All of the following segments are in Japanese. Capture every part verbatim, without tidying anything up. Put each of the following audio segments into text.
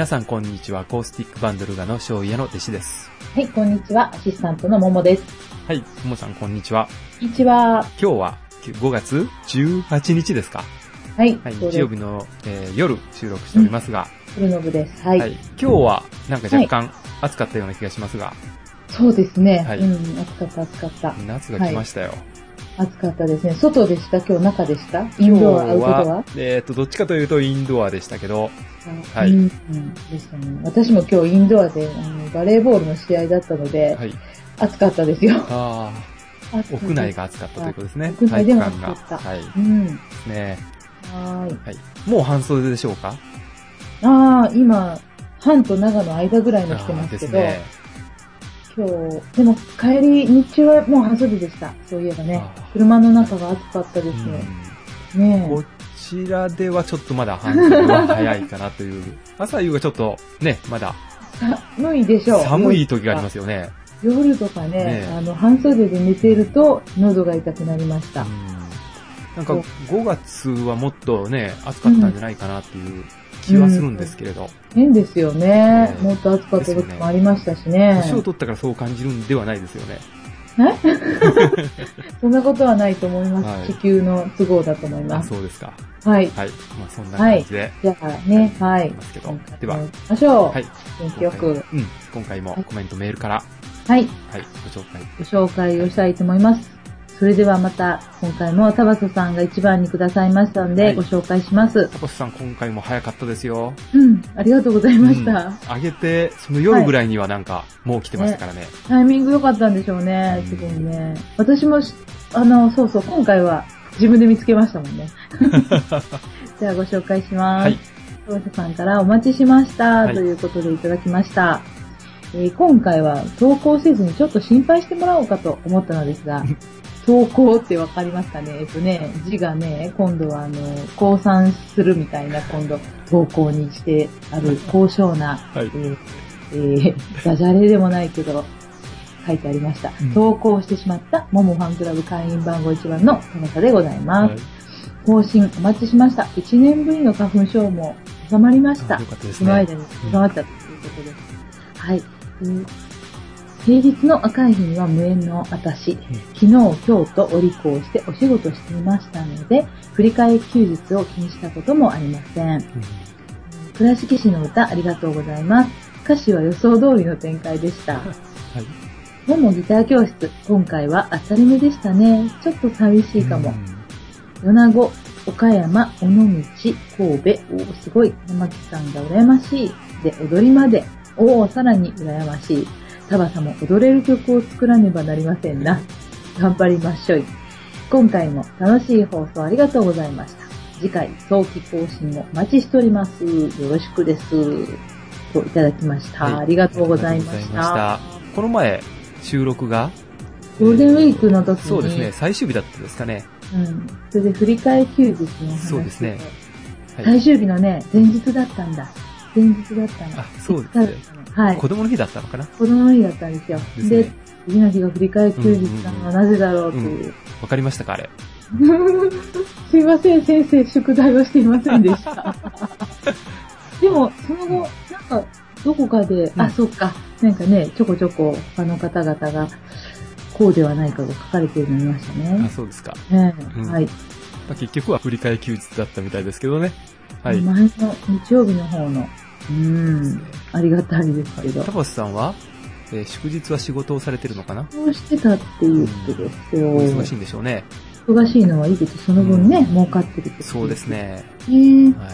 皆さんこんにちは。アコースティックバンドルガの庄屋の弟子です。 はい、こんにちは。アシスタントのももです。 はい、ももさんこんにちは。 こんにちは。 今日はごがつじゅうはちにちですか。 はい。 はい、日曜日の、えー、夜収録しておりますが。 夜の部です。はい。はい、 今日はなんか若干暑かったような気がしますが。はい、 そうですね。 はい。 うん、暑かった暑かった。 夏が来ましたよ。はい、 暑かったですね。外でした？今日中でした？インドア、アウトドア？ えっと、どっちかというとインドアでしたけど。 はい。うん、でしたね。私も今日インドアで、あの、バレーボールの試合だったので、はい、暑かったですよ。 ああ。屋内が暑かったということですね。 屋内でも暑かった。 はい。 うん。 ですね。 はい。 はい。もう半袖でしょうか？ ああ、今、半と長の間ぐらいの着てますけど。ですね。今日、でも帰り、日中はもう半袖でした。そういえばね。車の中が暑かったですね。うん、ねえ。 こちらではちょっとまだ半袖は早いかなという。朝夕がちょっとね、まだ。 寒いでしょう。 寒い時がありますよね。 夜とかね、ねあの、半袖で寝ていると喉が痛くなりました。うん、 なんかごがつはもっとね、暑かったんじゃないかなっていう気はするんですけれど。うん、 変ですよね。もっと暑かった時もありましたしね。 年を取ったからそう感じるんではないですよね。 えそんなことはないと思います。はい、地球の都合だと思います。 あ、そうですか。 はい。 はい。まあそんな感じで。はい、 じゃあね、はい。 ますけどでは、行きましょう。 はい。 元気よく。 うん。今回もコメント、メールから。 はい。 はい。ご紹介。 ご紹介をしたいと思います。それではまた、今回も田畑さんが一番にくださいましたので、はい、ご紹介します。 田畑さん、今回も早かったですよ。 うん。ありがとうございました。うん、 あげて、その夜ぐらいにはなんか、もう来てましたからね。ね、 タイミング良かったんでしょうね。すごいね。私も、あの、そうそう、今回は自分で見つけましたもんね。じゃあご紹介します。はい。田畑さんからお待ちしました、はい、ということでいただきました。えー、今回は投稿せずにちょっと心配してもらおうかと思ったのですが、投稿ってわかりますかね？えっとね、字がね、今度はあの、降参するみたいな、今度、投稿にしてある高尚な、はい、えーえー、ダジャレでもないけど、書いてありました。うん、投稿してしまったモモファンクラブ会員番号いちばんの田中でございます。はい、更新お待ちしました。いちねんぶりの花粉症も収まりました。 よかったですね。 その間に収まったということです。うん、はい。えー平日の赤い日には無縁の私、昨日、今日とお利口してお仕事していましたので、振り替え休日を気にしたこともありません。うん、倉敷市の歌ありがとうございます。歌詞は予想通りの展開でした。はい。ももギター教室、今回は当たり目でしたね。ちょっと寂しいかも。米子、岡山、尾道、神戸、おすごい、山木さんが羨ましい。で、踊りまで、おー、さらに羨ましい。田畑も踊れる曲を作らねばなりませんな。頑張りましょい。今回も楽しい放送ありがとうございました。次回早期更新もお待ちしております。よろしくです。といただきました。はい、ありがとうございました。したこの前収録がゴールデンウィークの時に、 そうですね、最終日だったですかね。 うん。それで振り替え休日の話。 そうですね。 はい、最終日のね、前日だったんだ。前日だったんだ。 あ、そうですね。はい。子供の日だったのかな？ 子供の日だったんですよ。で、ね、で次の日が振り替え休日なのはなぜだろうという。わ、 うん、かりましたか、あれ。 すいません、先生、宿題をしていませんでした。でも、その後、なんか、どこかで、うん、あ、そっか、なんかね、ちょこちょこ他の方々が、こうではないかと書かれているのを見ましたね。 あ、そうですか。 ね、うん、はい。まあ、結局は振り替え休日だったみたいですけどね。はい。 前の日曜日の方の、うーん、ね、ありがたいですけど。 はい、田畑さんは、えー、祝日は仕事をされてるのかな？ そうしてたっていうことですよ。 お忙しいんでしょうね。 忙しいのはいいけど、その分ね、うん、儲かってるってそうですね。 えー、はい。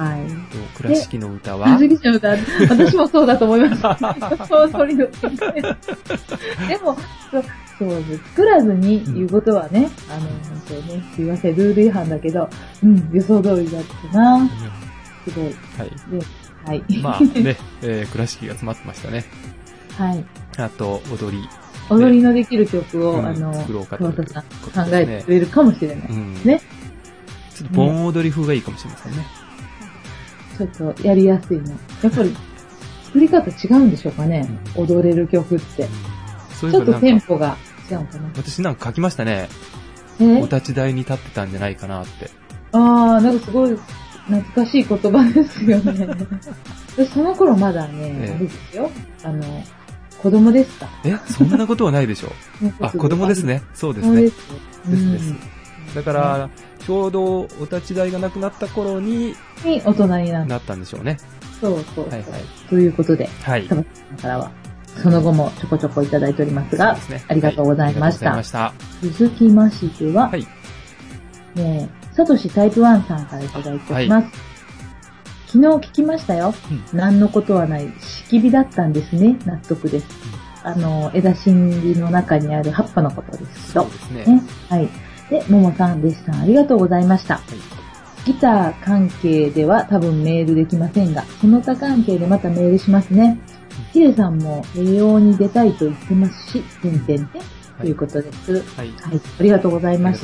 はい。 倉敷の歌は倉敷の歌、私もそうだと思います。そう、それの。でも、そう、そうです。作らずに言うことはね、うん、あの、本当ね、すいません、ルール違反だけど、うん、予想通りだったな。うんすごい。 はい。 で、はい。 まあね、えー、倉敷が詰まってましたね。 はい。 あと、踊り。 踊りのできる曲を、うん、あの、 作ろうかということさん考えてくれるかもしれない。うん、ね。 ちょっと盆踊り風がいいかもしれませんね。 ちょっとやりやすいの。やっぱり、作り方違うんでしょうかね。うん、踊れる曲って。うん、そうちょっとテンポが違うかな。 私なんか書きましたね。えお立ち台に立ってたんじゃないかなって。 ああ、なんかすごい、 懐かしい言葉ですよね。私その頃まだね、 ええ、 あれですよ。あの、子供ですか。 え、そんなことはないでしょう。あ、子供ですね。そうですね。ですです。だから、ちょうどお立ち台がなくなった頃に、 に大人になった。 なったんでしょうね。 そうそう。はいはい。ということで、はい。田畑さんからは、その後もちょこちょこいただいておりますが、すね、ありがとうございました。はい、ありがとうございました。続きましては、はい。ねえ、サトシタイプワンさんからいただいております。はい、昨日聞きましたよ。うん、何のことはない、しきびだったんですね。納得です。うん、あの、枝心理の中にある葉っぱのことですけど。そうですね。ね、はい。で、ももさん、弟子さん、ありがとうございました。はい、ギター関係では多分メールできませんが、その他関係でまたメールしますね。ヒデさんも栄養に出たいと言ってますし、てんてんてんということです。はい。はい。ありがとうございました。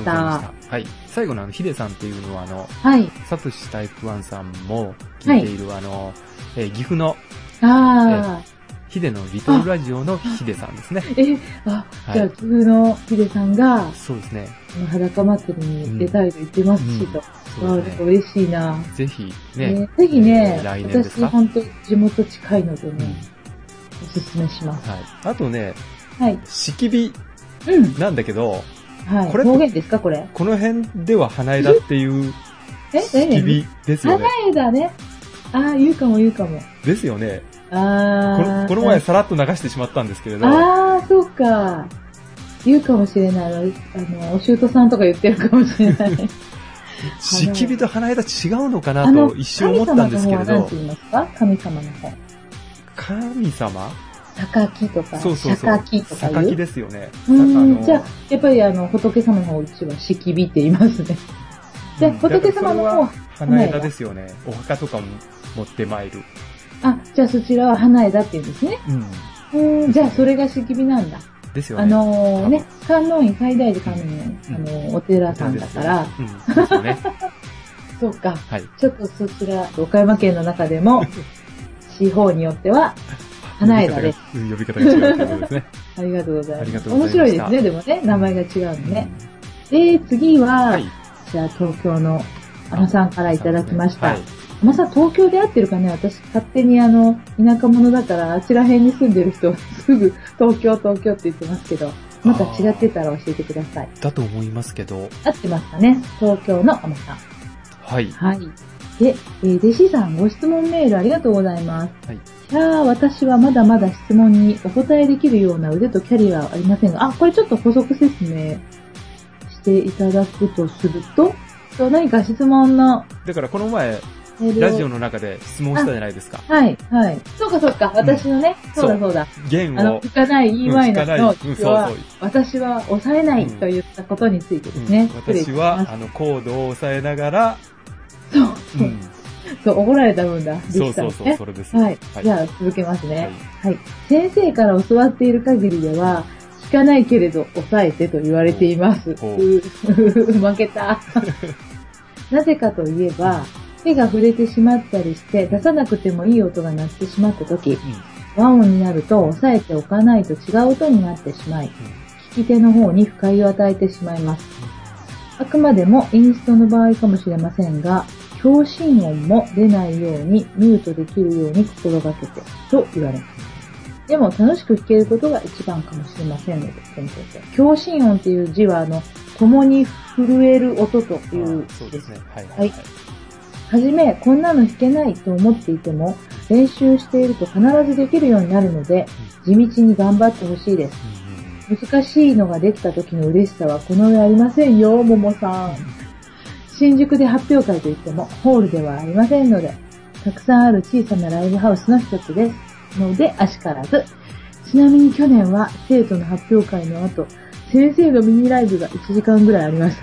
はい。最後のあの、ヒデさんっていうのはあの、はい。サトシタイプワンさんも聞いている、はい、あの、えー、岐阜の、ああ。ヒデのリトルラジオのヒデさんですね。 え、あ、はい、じゃあ岐阜のヒデさんが、 そうですね。 裸祭りに出たいと言ってますし、と。うんうん、そう嬉しいな。 ぜひね。 ぜひね、 えー、来年ですか。 私本当地元近いのでね、うん、おすすめします。 はい。あとね、はい。しきびなんだけど、 うん、はい。これ方言ですかこれ。 この辺では花枝っていうしきびですよね。 花枝ね。ああ、言うかも言うかも。 ですよね。 あこの、この前さらっと流してしまったんですけれど。 ああ、そうか。言うかもしれない。あの、おしゅうとさんとか言ってるかもしれない。 しきびと花枝違うのかなと一瞬思ったんですけれど。 神様の方は何て言いますか？神様の方。 神様？ 榊とか、そうそうそう榊とか言う。 榊ですよね。 うん、じゃあ、やっぱりあの、仏様の方うちはしきびって言いますね。じゃあ、仏様の方は花枝ですよね。お墓とかも持ってまいる。 あ、じゃあそちらは花枝って言うんですね。うん。うん、じゃあそれがしきびなんだ。 ですよね。 あのー、ね、観音院、最大寺観音院、うん、あのー、お寺さんだから。うん、ですよね。そうか。はい。ちょっとそちら、岡山県の中でも、地方によっては、花枝です。 呼び方が違うということですね。 ありがとうございます。 ありがとうございます。 面白いですね、でもね、名前が違うのね。で、次は、はい、じゃあ東京のあのさんからいただきました。あのさん、東京で会ってるかね？私、勝手にあの、田舎者だから、あちら辺に住んでる人、すぐ東京、東京って言ってますけど、また違ってたら教えてください。 だと思いますけど。 合ってますかね？東京のあのさん。 はい。 はい。で、えー、弟子さん、ご質問メールありがとうございます。はい。いやー、私はまだまだ質問にお答えできるような腕とキャリアはありませんが、あ、これちょっと補足説明していただくとすると、何か質問の。 だからこの前、ラジオの中で質問したじゃないですか。 はい、はい。そうかそうか、私のね、うん、そうだそうだ。 弦を。 あの、聞かない イーワイ のの、私は抑えないと言ったことについてですね。 うんうん、私は、あの、コードを抑えながら、 そう、そう。うんそう、怒られた分だ。 そうそうそう、それです。 はい。じゃあ、続けますね。はい。先生から教わっている限りでは、聞かないけれど抑えてと言われています。う負けた。なぜかといえば、手が触れてしまったりして出さなくてもいい音が鳴ってしまったとき、和音になると押さえておかないと違う音になってしまい、聞き手の方に不快を与えてしまいます。あくまでもインストの場合かもしれませんが、共振音も出ないようにミュートできるように心がけてと言われます。でも楽しく弾けることが一番かもしれませんので、先生。共振音っていう字は、あの、共に震える音という字です。ね。はい、はい。はい。はじめ、こんなの弾けないと思っていても、練習していると必ずできるようになるので、地道に頑張ってほしいです。難しいのができた時の嬉しさはこの上ありませんよ、ももさん。新宿で発表会といっても、ホールではありませんので、たくさんある小さなライブハウスの一つです。ので、あしからず。ちなみに去年は生徒の発表会の後、先生のミニライブがいちじかんぐらいありました。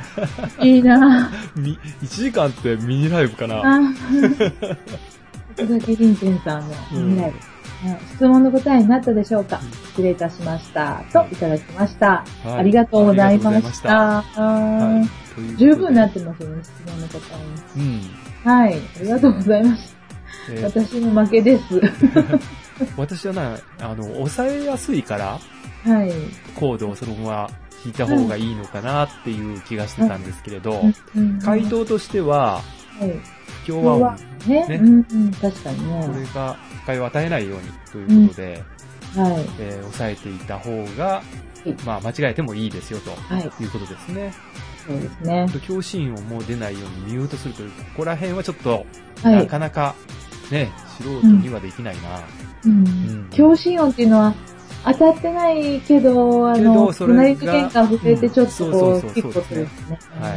いいなぁ。 いちじかんってミニライブかなあ佐々木凛天さんのミニライブ、うん。質問の答えになったでしょうか？失礼いたしました。といただきました。はい、ありがとうございました。はい、十分なってますよね、質問の答えに。うん。はい。ありがとうございました。えー、私の負けです。 私はな、あの、抑えやすいから、 はい。 コードをそのまま弾いた方がいいのかなっていう気がしてたんですけれど、回答としては、はい、 不協和音。 ね。ね。うんうん、確かにね。 これが不快を与えないようにということで、 うん、はい。 えー、抑えていた方が、まあ間違えてもいいですよということですね。はい、 そうですね。 共振音も出ないようにミュートするという、ここら辺はちょっと、はい、なかなかね、素人にはできないな。 うん。うん、共振音っていうのは、当たってないけど、あの、隣の弦が触れてちょっとこう、キックするんですね。はい。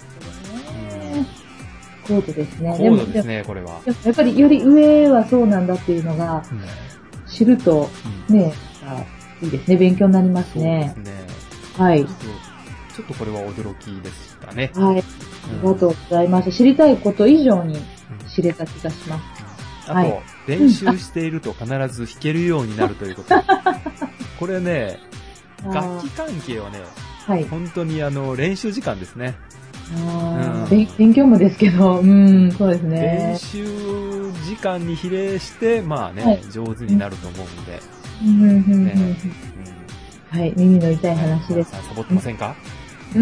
コードですね。 コードですね、これは。 やっぱりより上はそうなんだっていうのが、知ると、ね、いいですね。勉強になりますね。 そうですね。 はい。 ちょっとこれは驚きでしたね。 はい。ありがとうございます。知りたいこと以上に知れた気がします。 あと、練習していると必ず弾けるようになるということ。これね、楽器関係はね、はい、本当にあの、練習時間ですね。 あうん、勉強もですけど、うん、そうですね。 練習時間に比例して、まあね、はい、上手になると思うんで。 はい、耳の痛い話です。 サボってませんか？ うん、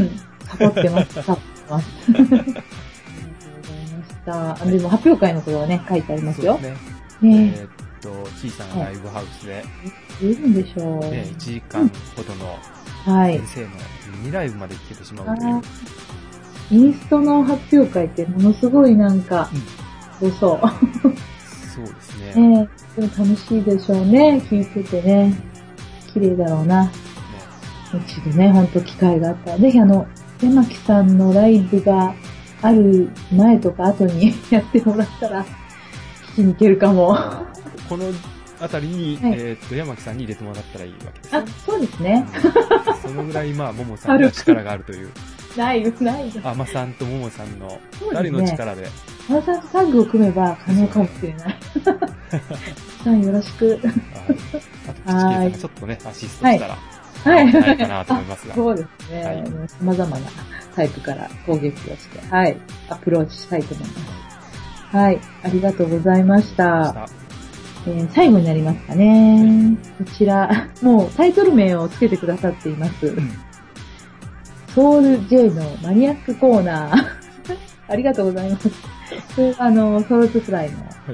サボってます。サボってます。ありがとうございました。あでも発表会のことはね、書いてありますよ。 そうですね。ねえー、っと、小さなライブハウスで。 いるんでしょう。 ね、いちじかんほどの先生のミニライブまで聞けてしまうという。 インストの発表会ってものすごいなんか、うん、そうそう。 そうですね。 ねでも楽しいでしょうね。聞いててね。綺麗だろうな。ね、一度ね、ほんと機会があったら。ぜひあの、山木さんのライブがある前とか後にやってもらったら、聞きに行けるかも。 このあたりに、はい、えっと、山木さんに入れてもらったらいいわけです、ね。 あ、そうですね。 うん、そのぐらい、まあ、ももさんの力があるという。 ない、ない。 あまさんとももさんの二人の力で。 あまさんとタッグを組めば可能かもしれない。さんよろしく。 はい。あと、口圭さんがちょっとね、アシストしたら、はい。ないかなと思いますが。 そうですね。はい、様々なタイプから攻撃をして、はい。アプローチしたいと思います。はい。ありがとうございました。えー、最後になりますかね。こちら、もうタイトル名をつけてくださっています。うん、ソウル J のマニアックコーナー。ありがとうございます。これあの、ソウルズフライの、はいえ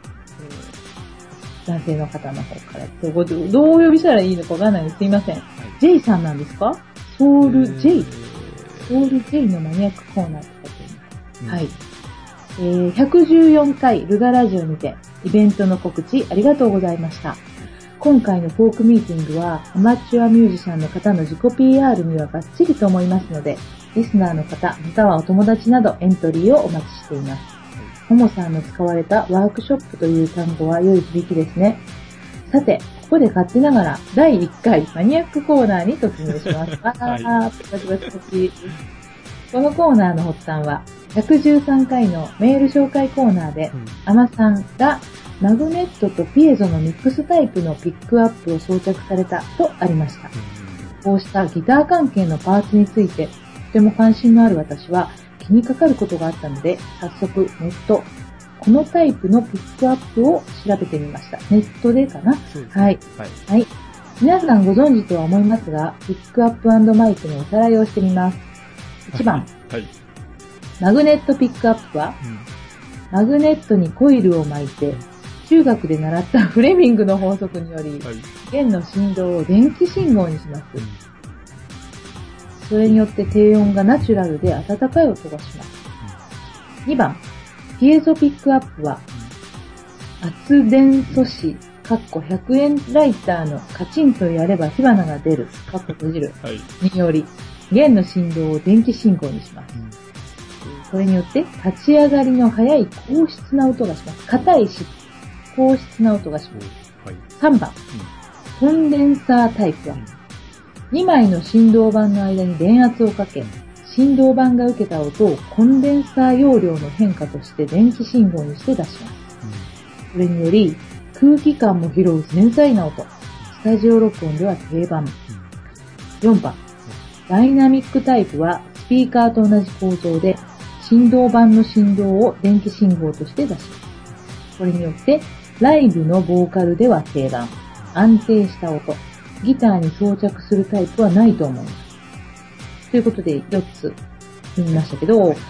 ー、男性の方の方からどう、どうお呼びしたらいいのかわからないです。すいません。はい、J さんなんですか？ソウル J？、えー、ソウル J のマニアックコーナーって書いてあります。うん、はい。えー、ひゃくじゅうよんかいルガラジオにてイベントの告知ありがとうございました。今回のフォークミーティングはアマチュアミュージシャンの方の自己 ピーアール にはバッチリと思いますので、リスナーの方、またはお友達などエントリーをお待ちしています。ももさんの使われたワークショップという単語は良い響きですね。さて、ここで勝手ながらだいいっかいマニアックコーナーに突入します。あー、パチパチパチ。このコーナーの発端は、ひゃくじゅうさんかいのメール紹介コーナーで、アマさんがマグネットとピエゾのミックスタイプのピックアップを装着されたとありました。こうしたギター関係のパーツについて、とても関心のある私は気にかかることがあったので、早速ネット、このタイプのピックアップを調べてみました。ネットでかな？そうですね。はい。はい。はい。皆さんご存知とは思いますが、ピックアップ&マイクのおさらいをしてみます。いちばん。はい。マグネットピックアップは、うん、マグネットにコイルを巻いて、中学で習ったフレミングの法則により、はい、弦の振動を電気信号にします。うん、それによって低音がナチュラルで温かい音がします。うん、にばん、ピエゾピックアップは、圧電素子、かっこひゃくえんライターのカチンとやれば火花が出る、かっこ閉じる、はい、により、弦の振動を電気信号にします。うんこれによって立ち上がりの速い高質な音がします。硬いし、高質な音がします。はい、さんばん、うん、コンデンサータイプは、うん、にまいの振動板の間に電圧をかけ、振動板が受けた音をコンデンサー容量の変化として電気信号にして出します。うん、これにより空気感も拾う繊細な音、スタジオ録音では定番。うん、よんばん、ダイナミックタイプはスピーカーと同じ構造で、振動板の振動を電気信号として出します。これによって、ライブのボーカルでは定番、安定した音、ギターに装着するタイプはないと思います。ということで、よっつ見ましたけど、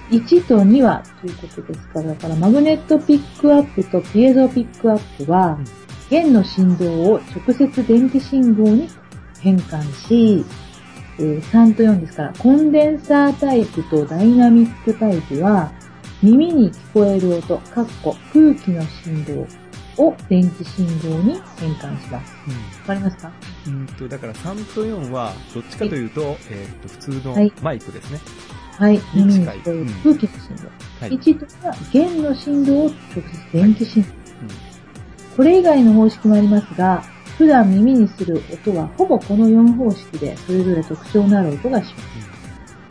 いちとにはということですから、だからマグネットピックアップとピエゾピックアップは、弦の振動を直接電気信号に変換し、えー、さんとよんですから、コンデンサータイプとダイナミックタイプは、耳に聞こえる音、かっこ空気の振動を電気信号に変換します。わ、うん、かりますか？ うんと、だからさんとよんは、どっちかというと、はい、えー、っと、普通のマイクですね。 はい。はい、耳に聞こえる空気の振動。はい、いちとは、弦の振動を直接電気信号。はい、うん、これ以外の方式もありますが、普段耳にする音はほぼこのよん方式でそれぞれ特徴のある音がします。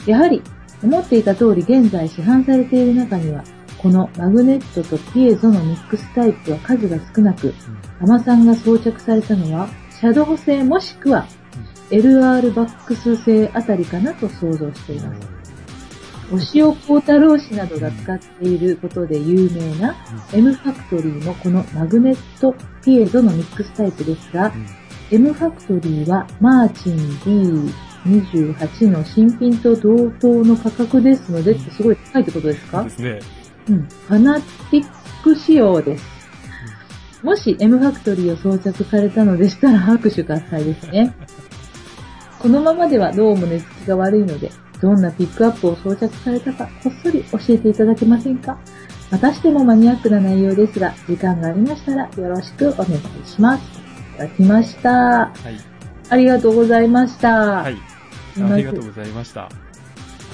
やはり思っていた通り現在市販されている中にはこのマグネットとピエゾのミックスタイプは数が少なく、アマさんが装着されたのはシャドウ製もしくは エルアール バックス製あたりかなと想像しています。押尾幸太郎氏などが使っていることで有名な M ファクトリーもこのマグネットピエゾのミックスタイプですが、うん、M ファクトリーはマーチン ディーにじゅうはち の新品と同等の価格ですので、ってすごい高いってことですか？ そうですね。 うん。ファナティック仕様です。うん、もし M ファクトリーを装着されたのでしたら拍手喝采ですね。このままではどうも寝つきが悪いので、どんなピックアップを装着されたかこっそり教えていただけませんか？またしてもマニアックな内容ですが、時間がありましたらよろしくお願いします。いただきました。はい。ありがとうございました。 はい。ありがとうございました。はい。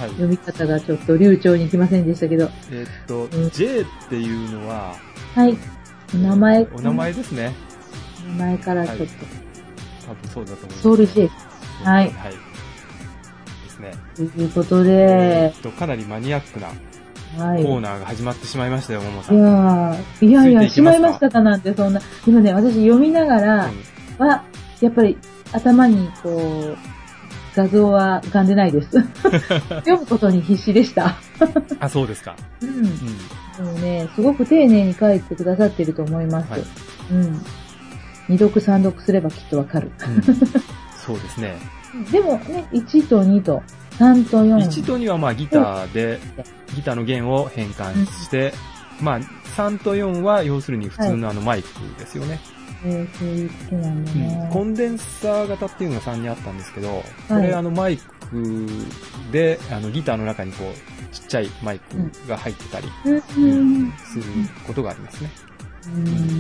読み方がちょっと流暢にいきませんでしたけど。 えー、っと、うん、J っていうのは、 はい。お名前、 お名前ですね。 名前からちょっと。はい、 多分そうだと思います。 ソウル J。はい。 はい。ですね。 ということで、 えー、っと、かなりマニアックなはい、 コーナーが始まってしまいましたよ、ももさん。 いやいやいや、しまいましたかなんて、そんな。でもね、私読みながらは、うん、やっぱり頭にこう、画像は浮かんでないです。読むことに必死でした。 あ、そうですか。 うん。うん。でもね、すごく丁寧に書いてくださってると思います。はい、うん。二読三読すればきっとわかる、 うん。そうですね。 でもね、いちとにとさんとよん。 いちとにはまあギターで、ギターの弦を変換して、うん、まあさんとよんは要するに普通のあのマイクですよね。はい、 えー、そういうことなんだね、 うん。コンデンサー型っていうのがさんにあったんですけど、はい、これあのマイクで、あのギターの中にこう、ちっちゃいマイクが入ってたり、うんうん、することがありますね。うん、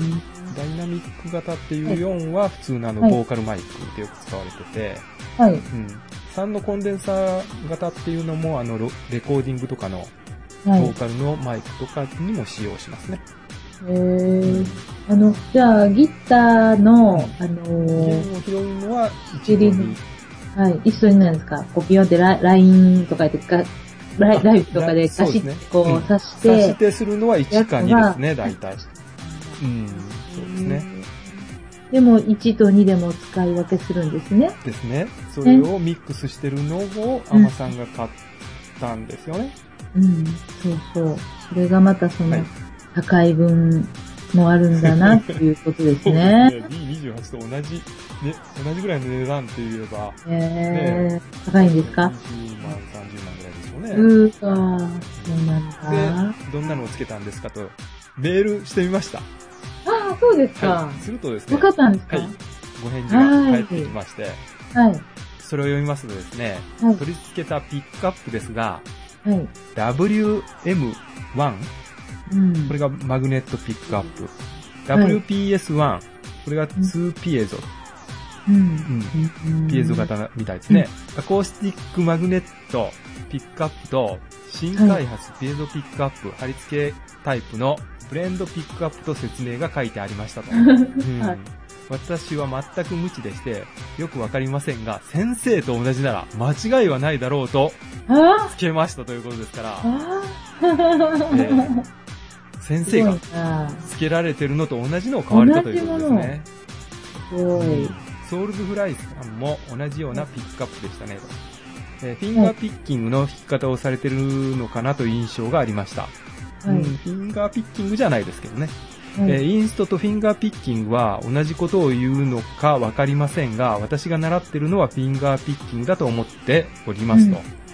ダイナミック型っていうよんは普通のあのボーカルマイクでよく使われてて、はい、うん、さんのコンデンサー型っていうのもあのレコーディングとかのボーカルのマイクとかにも使用しますね。 へー、うん、あの、じゃあギターの、うん、あのー、 弦を拾うのはいちとに。 はい、いちとになんですか？こうピヨンってラインとか言ってか、ライライブとかでガシッとこう刺して、 刺してするのはいちかにですね、大体。うん、そうですね。 でもいちとにでも使い分けするんですね。 ですね。それをミックスしてるのをアマさんが買ったんですよね。 うん、うん、そうそう。それがまたその高い分もあるんだなっていうことですね。 そうですね。ディーにじゅうはち と同じ、ね、同じぐらいの値段って言えば。 えーね、高いんですか？ にじゅうまん、さんじゅうまんぐらいでしょうね。 うーわー、そうなんだ。 で、どんなのをつけたんですかと、メールしてみました。 ああ、そうですか。 はい、するとですね。 よかったんですか？ はい。ご返事が返ってきまして。 はい。 それを読みますとですね、はい、取り付けたピックアップですが、はい、ダブリューエムワン、うん、これがマグネットピックアップ。ダブリューピーエスワン、はい、これがにピエゾ。うんうん、ピエゾ型みたいですね、うん。アコースティックマグネットピックアップと新開発ピエゾピックアップ、はい、貼り付けタイプのブレンドピックアップと説明が書いてありましたと。うんはい、私は全く無知でしてよくわかりませんが、先生と同じなら間違いはないだろうとつけましたということですから、えー、先生がつけられてるのと同じのを買われたということですね。 すごい、うん、 ソウルズフライさんも同じようなピックアップでしたねと、えー、フィンガーピッキングの弾き方をされてるのかなという印象がありました。はい、うん、フィンガーピッキングじゃないですけどね、はい、えー、インストとフィンガーピッキングは同じことを言うのかわかりませんが、私が習ってるのはフィンガーピッキングだと思っておりますと、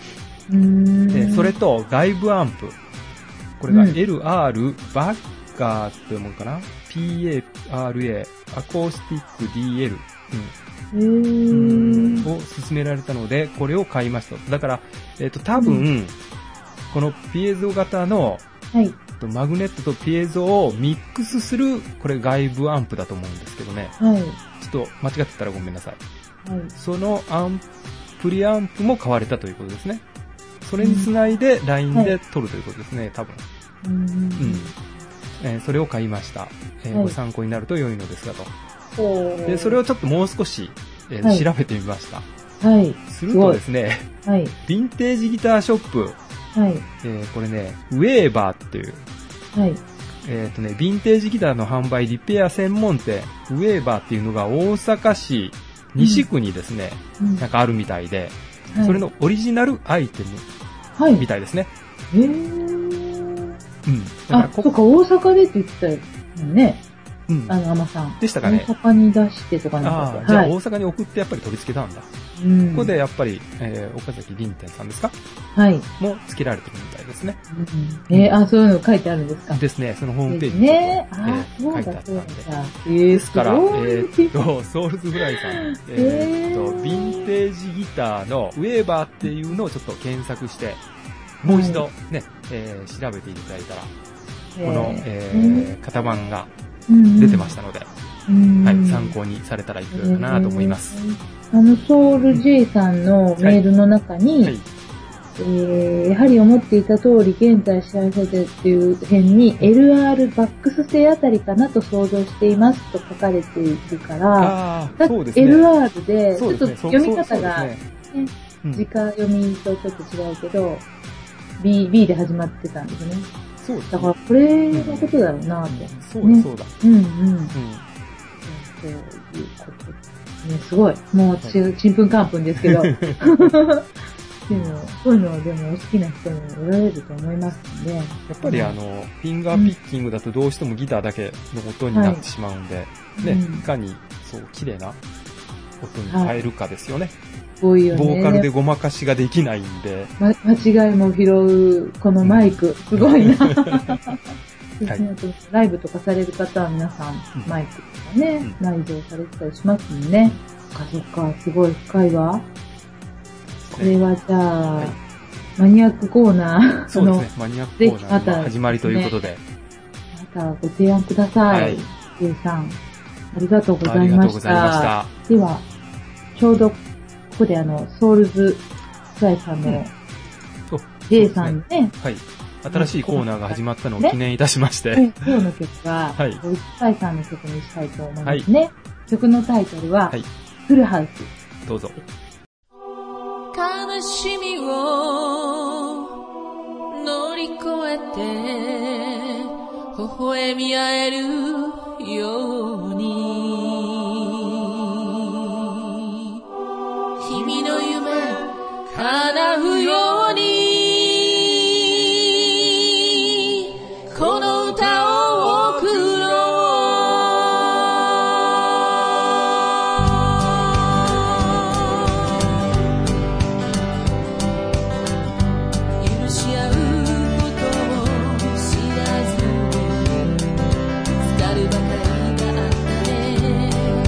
でそれと外部アンプ。これが エルアール バッカーって読むかな ?ピーエーアールエー アコースティック ディーエル、うん、を勧められたので、これを買いました。だから、えっと、多分、うん、このピエゾ型の、はい、マグネットとピエゾをミックスする、これ外部アンプだと思うんですけどね。はい、ちょっと間違ってたらごめんなさい。はい、そのアンプリアンプも買われたということですね。それにつないで ライン で撮るということですね、はい、多分。うん、うんえー、それを買いました、えーはい。ご参考になると良いのですがと。で、それをちょっともう少し、えーはい、調べてみました。はい。するとですね、はい、ヴィンテージギターショップ、はいえー、これね、ウェーバーっていう、はいえーとね、ヴィンテージギターの販売リペア専門店、ウェーバーっていうのが大阪市西区にですね、うん、なんかあるみたいで、はい、それのオリジナルアイテムみたいですね。はい、へー。うん。だからこあ、そうか、大阪でって言ってたよね。うん。あの、甘さん。 でしたかね。 大阪に出してとかなんか。 ああ、じゃあ大阪に送ってやっぱり取り付けたんだ。うん。ここでやっぱり、えー、岡崎凛店さんですかはい。も付けられてるみたいですね。 うん。えー、あ、そういうの書いてあるんですかですね。そのホームページにね、えー、書いてあったんで。えー、ですから、えー、っと、ソウルズフライさん、えー、っと、ヴィンテージギターのウェーバーっていうのをちょっと検索して、もう一度ね、はい、えー、調べていただいたら、この、えー、型番が出てましたので、はい、参考にされたらいかがかなと思います。 あの、ソウル J さんのメールの中に、はいはいえー、やはり思っていた通り現在試合されているっていう辺に エルアール バックス製あたりかなと想像していますと書かれているから、あそうですね、エルアール で、ちょっと読み方が、ねねうん、直読みとちょっと違うけど、B、B で始まってたんですね。そうですね。だからこれのことだろうなって、 うんうん。そうだ、そうだ。うんうん。うん、そういうことね、すごい。もうち、はい、ちんぷんかんぷんですけど。でも、そういうのはでもお好きな人もおられると思いますので。やっぱりあの、フィンガーピッキングだとどうしてもギターだけの音になってしまうんで、はい、ね、うん、いかにそう、綺麗な音に変えるかですよね。はい多いよね、ボーカルでごまかしができないんで、 ま、間違いも拾うこのマイク、うん、すごいな、はい、ライブとかされる方は皆さん、うん、マイクとかね、うん、内蔵されてたりしますもんね、うん、そっかそっかすごい深いわ。これはじゃあ、はい、マニアックコーナーそうですねマニアックコーナーの始まりということで、 またご提案ください。はい、J さんありがとうございました。ではちょうどここであの、ソウルズフライさんの、うん、J さんね、ね、 はい。新しいコーナーが始まったのを記念いたしまして。ね、 今日の曲は、はい、ソウルズフライさんの曲にしたいと思いますね。はい、曲のタイトルは、はい、フルハウス。 どうぞ。 悲しみを乗り越えて、微笑み合えるように。君の夢叶うようにこの歌を贈ろう。許し合うことを知らず浸るばかりがあったね。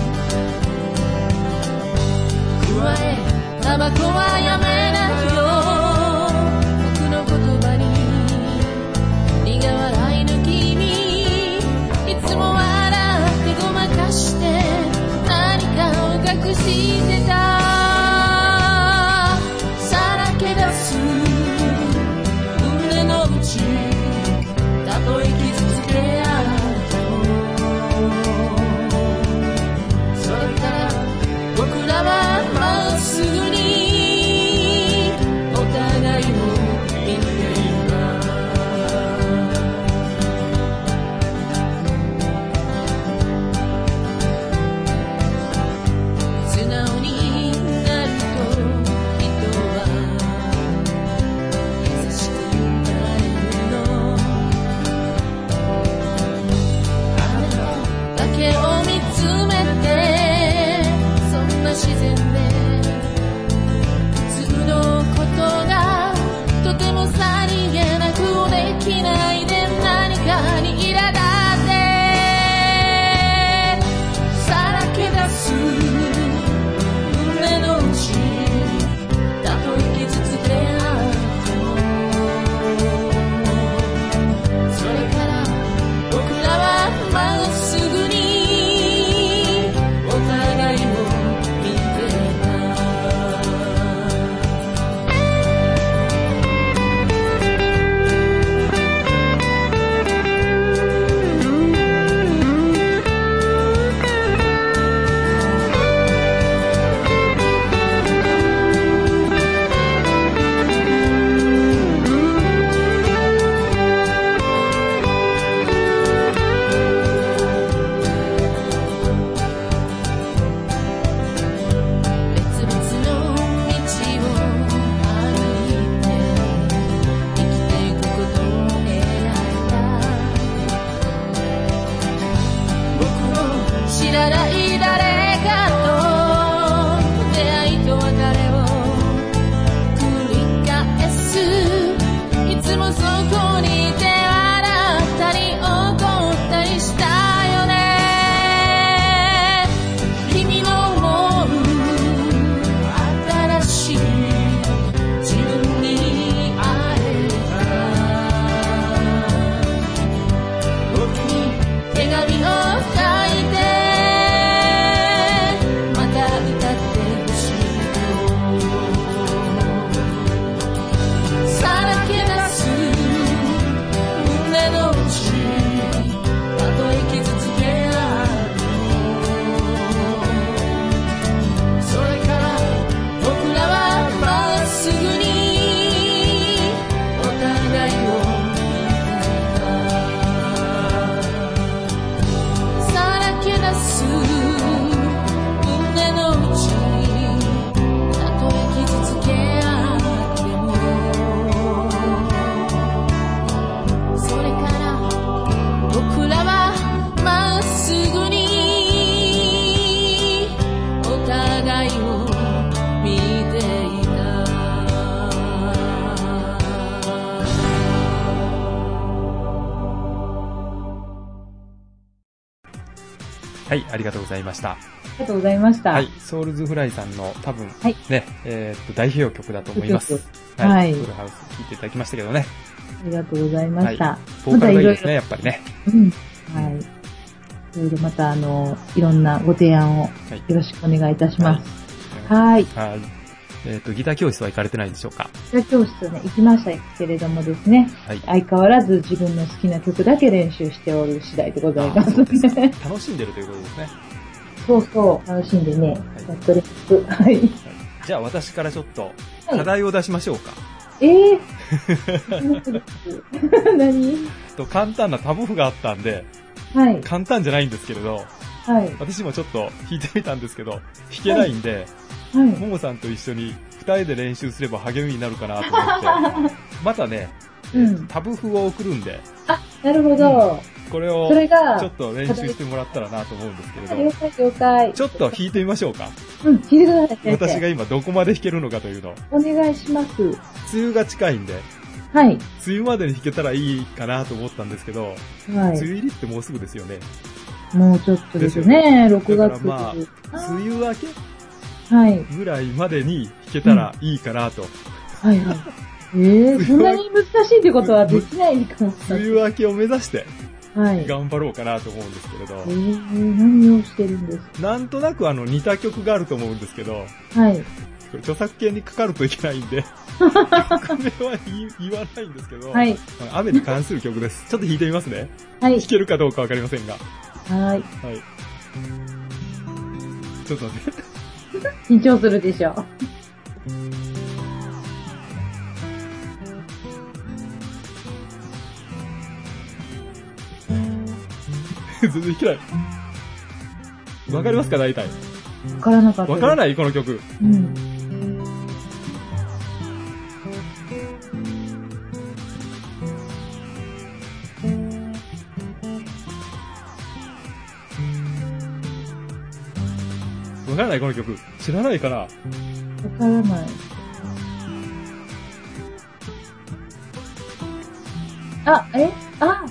加えタバコはやめないよ。僕の言葉に苦笑いの君、いつも笑ってごまかして何かを隠してた。さらけ出す胸の内、たとえ傷つけ合うと、それから僕らはまっすぐに自然で普通のことが笑い誰かと出会いと別れを繰り返すいつもそこにいて笑ったり怒ったりしたよね君の思う新しい自分に会えた僕に手紙を書いてまた歌ってほしいとさらけ出す胸の内たとえ傷つけ合ってもそれから僕らはまっすぐにお互いをさらけ出す胸の内たとえ傷つけ合ってもそれから僕らはまっすぐにお互いを見ていたはい、ありがとうございました。 ありがとうございました。 はい、ソウルズフライさんの多分、 はいね、えーっと、代表曲だと思います。 はいはい。フルハウス聴いていただきましたけどね。 ありがとうございました。 はい。ボーカルがいいですね、やっぱりね。 うん。はい。いろいろまた、あの、いろんなご提案をよろしくお願いいたします。はい。 はい。えーっと、ギター教室は行かれてないでしょうか？ ギター教室ね、行きましたけれどもですね、はい、相変わらず自分の好きな曲だけ練習しておる次第でございますので。ね、 楽しんでるということですね。 そうそう、楽しんでね、はい、やっとレップ。はい。 じゃあ私からちょっと、課題を出しましょうか。 はい、えぇ、ー、何と簡単なタブ譜があったんで、 はい、 簡単じゃないんですけれど、はい、私もちょっと弾いてみたんですけど、弾けないんで、はい、ももさんと一緒に二人で練習すれば励みになるかなと思って、またね、うん、タブ譜を送るんで、 あ、なるほど。うん、 これをちょっと練習してもらったらなと思うんですけれど、 了解了解。 ちょっと弾いてみましょうか。 うん、弾いてください。 私が今どこまで弾けるのかというのを。 お願いします。 梅雨が近いんで、 はい。 梅雨までに弾けたらいいかなと思ったんですけど、はい、梅雨入りってもうすぐですよね。 もうちょっとですね、ろくがつ。 だからまあ、梅雨明けはい。ぐらいまでに弾けたらいいかなと。うん、はいはい。 えー、そんなに難しいってことはできないかもしれない。 梅雨明けを目指して、はい。頑張ろうかなと思うんですけれど。 えー、何をしてるんですか？ なんとなくあの似た曲があると思うんですけど、はい。これ著作権にかかるといけないんで、曲名は言わないんですけど、はい。雨に関する曲です。ちょっと弾いてみますね。はい。弾けるかどうかわかりませんが。はい。はい。ちょっと待って。 緊張するでしょ。 全然弾けない。わかりますか大体。わからなかった。 わからないこの曲。うん。わからないこの曲。知らないかな？わからない。あ、えあ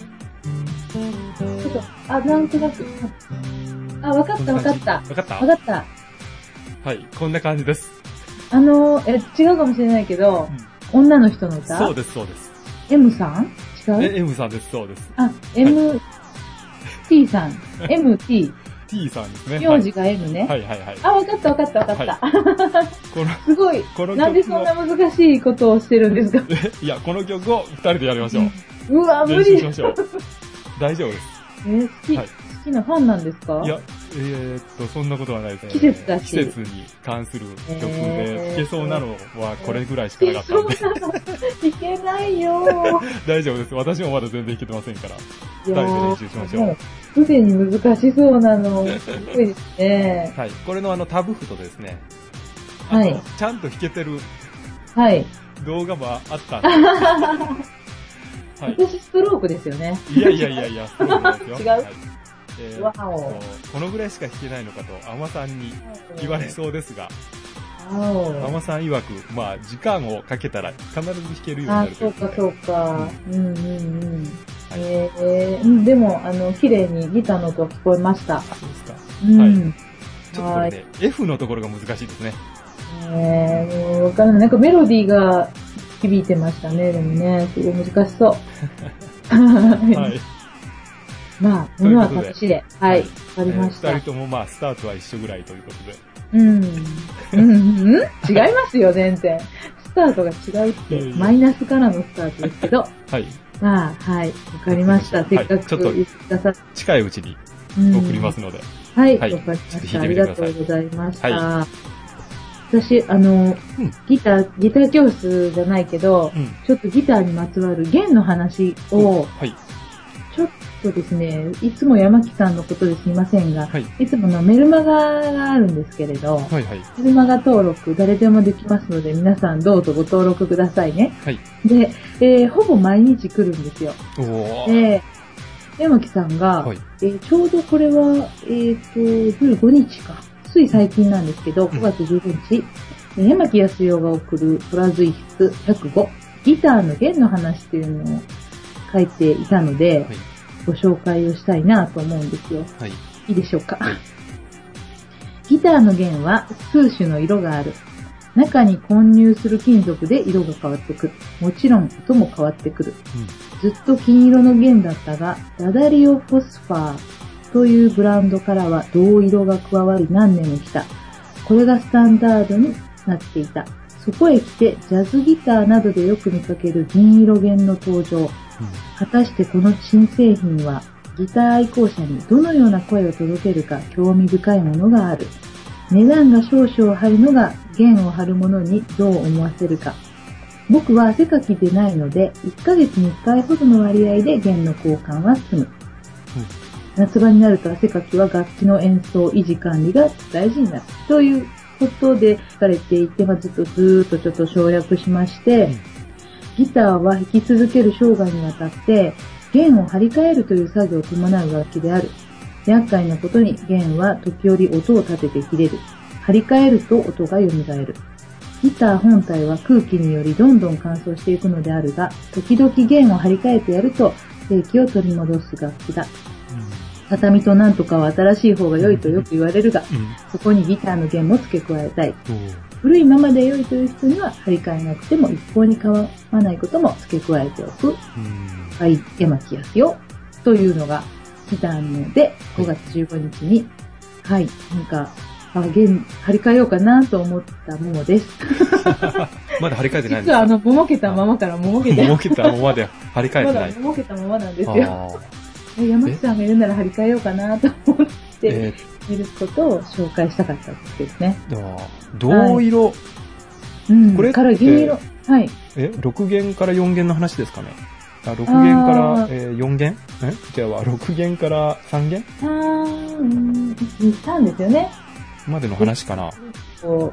ちょっと、あ、なんとなく。あ、わかったわかった。 わかったわかった。 はい、こんな感じです。 あの、え、違うかもしれないけど、うん、女の人の歌？ そうです、そうです。 M さん？違う？ え、M さんです、そうです。 あ、M、はい、T さん。エムティー。 T さんですね。 名字が M ね。 はいはいはい。 あ、わかったわかったわかった。はい、このすごい。このなんでそんな難しいことをしてるんですか？ いや、この曲を二人でやりましょう。 うわ、無理。 練習しましょう。大丈夫です。 えー、好き、はい、好きなファンなんですか？ いや、えー、っと、そんなことはないですね。 季節だし。 季節に関する曲で、弾けそうなのはこれぐらいしかなかったんで。弾けないよ大丈夫です。私もまだ全然弾けてませんから。二人で練習しましょう。 すでに難しそうなの。すごいですね。 はい。これのあのタブ譜とですね。はい。ちゃんと弾けてる。 はい。 動画もあったんで。 はい、私ストロークですよね。 いやいやいやいや、ストロークですよ。 違う、はい、 えー、わお。このぐらいしか弾けないのかと、アマさんに言われそうですが、アマさん曰く、まあ、時間をかけたら必ず弾けるようになるということで。 あ、そうか、そうか。うん、うん、うん。はい、えー、でも、あの、綺麗にギターの音が聞こえました。 あ、そうですか。うん。はい。ちょっとこれね、F のところが難しいですね。 えー、もうわからない。なんかメロディーが響いてましたね。でもね、すごい難しそう。はい。まあ、ものは形で。はい。わかりました。 二人ともまあ、スタートは一緒ぐらいということで。 うん。うん、うん、違いますよ、全然。スタートが違うって、いやいやマイナスからのスタートですけど。はい。まあ、はい。わかりました。せっかく言ってくださって。 近いうちに送りますので。 はい。わ、はい、かりました。ありがとうございました。はい、私、あの、うん、ギター、ギター教室じゃないけど、うん、ちょっとギターにまつわる弦の話を、はい、ちょっとですね、いつも山木さんのことですみませんが、はい、いつものメルマガがあるんですけれど、はいはい、メルマガ登録誰でもできますので、皆さんどうぞご登録くださいね。はい、で、えー、ほぼ毎日来るんですよ。で、山木さんが、はい、えー、ちょうどこれは、えっと、じゅうごにちか。つい最近なんですけど、ごがつじゅうごにち、うん、山木康代が送るトラ随筆ひゃくご、ギターの弦の話っていうのを書いていたので、はい、ご紹介をしたいなと思うんですよ。はい、いいでしょうか。はい、ギターの弦は数種の色がある。中に混入する金属で色が変わってくる。もちろん音も変わってくる。うん、ずっと金色の弦だったが、ダダリオフォスファーというブランドからは銅色が加わり何年も来た。これがスタンダードになっていた。そこへ来てジャズギターなどでよく見かける銀色弦の登場。うん、果たしてこの新製品はギター愛好者にどのような声を届けるか興味深いものがある。値段が少々張るのが弦を張る者にどう思わせるか。僕は汗かきでないのでいっかげつにいっかいほどの割合で弦の交換は済む。うん、夏場になると汗かきは楽器の演奏維持管理が大事になるということで書かれていて、まあ、ずっとずーっとちょっと省略しまして、うん、ギターは弾き続ける生涯にわたって弦を張り替えるという作業を伴う楽器である。厄介なことに弦は時折音を立てて切れる。張り替えると音が蘇る。ギター本体は空気によりどんどん乾燥していくのであるが、時々弦を張り替えてやると正気を取り戻す楽器だ。畳となんとかは新しい方が良いとよく言われるが、うん、そこにギターの弦も付け加えたい。古いままで良いという人には張り替えなくても一向に構わないことも付け加えておく。はい、山木康代というのがギターのでごがつじゅうごにちに、はい、なんか、あ、弦張り替えようかなと思ったものです。 まだ張り替えてないんですか？ 実はあの、ももけたままからももけて。 ももけたままで張り替えてない。 まだももけたままなんですよ。山木さんがいるなら張り替えようかなと思っていることを紹介したかったんですけどね。 銅色、はい、 うん、これから銀色、はい。 え、ろく弦からよん弦の話ですかね。あ、ろく弦から、えー、よん弦えじゃあ、ろく弦からさん弦 ?さん、さんですよね。 までの話かな。 そう。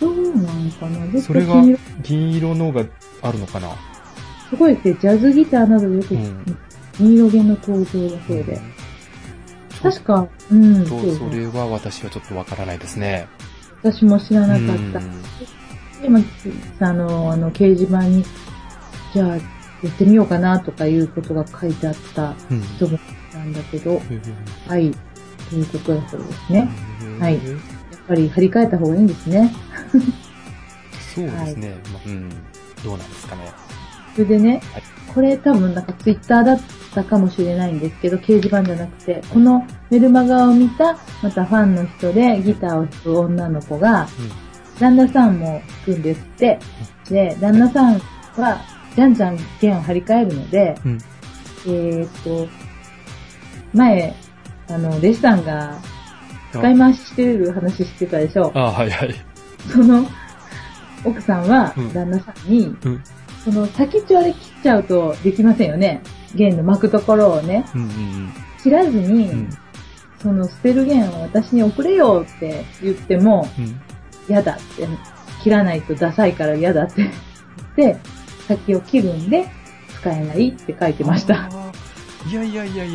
どうなんかな。 それが銀色のがあるのかな。 すごいですね。ジャズギターなどでよく、うん、銀色弦の登場だそうで。うん、確か、うん。 そ, それは私はちょっとわからないですね。 私も知らなかった。今、あの、あの、掲示板に、じゃあ、やってみようかなとかいうことが書いてあった人もいたんだけど、うん、はい、ということだそうですね。はい。やっぱり張り替えた方がいいんですね。 そうですね。はい、まあ、うん。どうなんですかね。 それでね、はい、これ多分なんかツイッターだったかもしれないんですけど、掲示板じゃなくて、このメルマガを見た、またファンの人でギターを弾く女の子が、うん、旦那さんも弾くんですって。で、旦那さんは、じゃんじゃん弦を張り替えるので、うん、えーっと、前、あの、弟子さんが、使い回ししてる話してたでしょ。 ああ、はいはい。 その、奥さんは、旦那さんに、うん、その先っちょあれ切っちゃうとできませんよね。弦の巻くところをね。うんうんうん、切らずに、うん、その捨てる弦を私に送れよって言っても、うん、嫌だって、切らないとダサいから嫌だって言って、先を切るんで使えないって書いてました。 いやいやいやいや、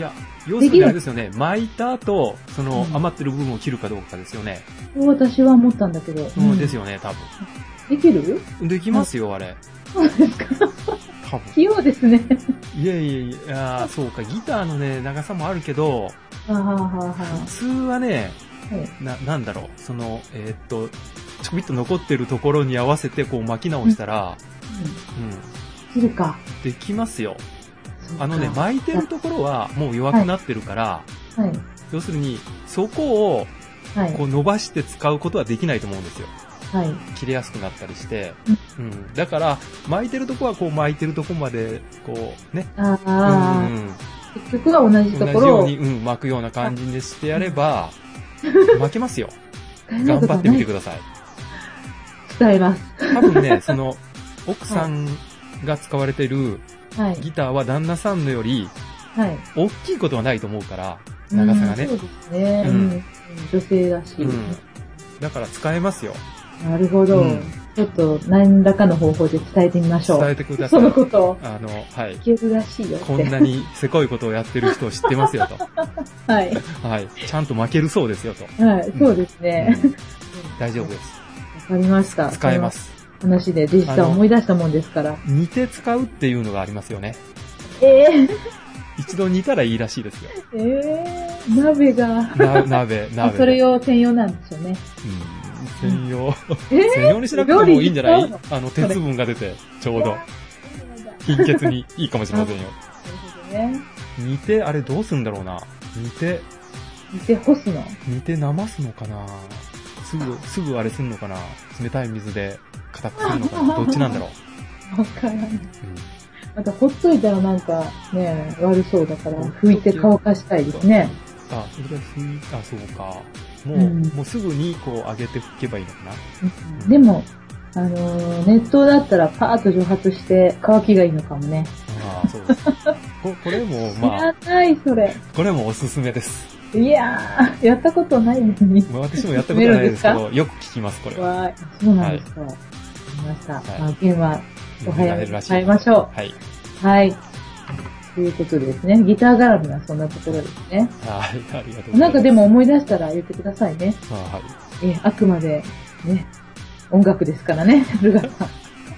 要するにあれですよね、巻いた後、その余ってる部分を切るかどうかですよね。 そう私は思ったんだけど。 うん、ですよね、多分。 できる？ できますよ、あれ。 そうですか。 多分。 器用ですね。 いやいやいや、そうか、ギターのね、長さもあるけど、 はははは普通はね、 はい、 な、なんだろう、その、えー、っと、ちょびっと残ってるところに合わせてこう巻き直したら、 うん。 うん。 切るか。 できますよ。あのね、巻いてるところはもう弱くなってるから、はいはい、要するに、そこを、こう伸ばして使うことはできないと思うんですよ。はい。切れやすくなったりして、うん。うん、だから、巻いてるところはこう巻いてるところまで、こう、ね。ああ。うんうん、 結局は同じところを。 同じように、うん、巻くような感じにしてやれば、巻けますよ。頑張ってみてください。 伝えます。 多分ね、その、奥さんが使われてるギターは旦那さんのより、はい。大きいことはないと思うから、長さがね。 そうですね。うん。女性らしい、うん。 だから使えますよ。 なるほど。うん、ちょっと何らかの方法で伝えてみましょう。 伝えてください。 そのことを。 あの、はい。 いけるらしいよ。 こんなにせこいことをやってる人を知ってますよと。 はい。 はい。ちゃんと負けるそうですよと。 はい、そうですね。 うん、大丈夫です。 わかりました。 使えます。 話でデジタル思い出したもんですから。 煮て使うっていうのがありますよね。 ええー。 一度煮たらいいらしいですよ。 ええー。鍋が。 な、鍋、鍋。 それ用専用なんでしょうね。 うん。専用。えー、専用にしなくてもいいんじゃない？あの、鉄分が出て、ちょうど。貧血にいいかもしれませんよ。なるほどね。煮て、あれどうするんだろうな。煮て。 煮て干すの？ 煮て生すのかな。すぐ、すぐあれすんのかな。冷たい水で固くするのかな。どっちなんだろう。わからない。うん、またほっといたらなんかね、悪そうだから拭いて乾かしたいですね。 あ、それで拭いた、そうか。もう、うん、もうすぐにこう上げて拭けばいいのかな。 うん、でも、あのー、熱湯だったらパーッと蒸発して乾きがいいのかもね。 ああ、そうです。こ, これも、まあ。 知らない、それ。 これもおすすめです。 いやー、やったことないのに。 私もやったことないですけど、よく聞きます、これは。 わー、そうなんですか。わ、はい、かりました。はい、まあ、ゲームはお早めに変えましょう。はい。はい。ということでですね、ギター絡みはそんなところですね。 はい、ありがとうございます。 なんかでも思い出したら言ってくださいね。 あ、はい。 え、あくまで、ね、音楽ですからね、ルガさん。はい。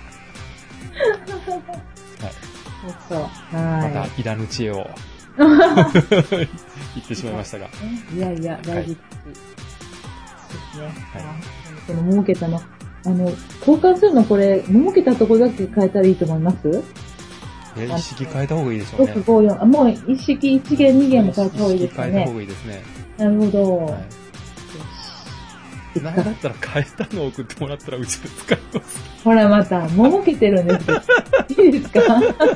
そうはい。また、いらぬ知恵を。言ってしまいましたが。 いやいや、大事ですね。はい。このももけたの、あの、交換するのこれ、ももけたとこだけ変えたらいいと思います？ え、一式変えた方がいいでしょうね。 ろくごよん、あ、もう一式、一弦、二弦も変えた方がいいですね。 一式変えた方がいいですね。 なるほど。はい、 なんだったら変えたのを送ってもらったらうちで使います。 ほらまた、ももけてるんですよ。いいですか？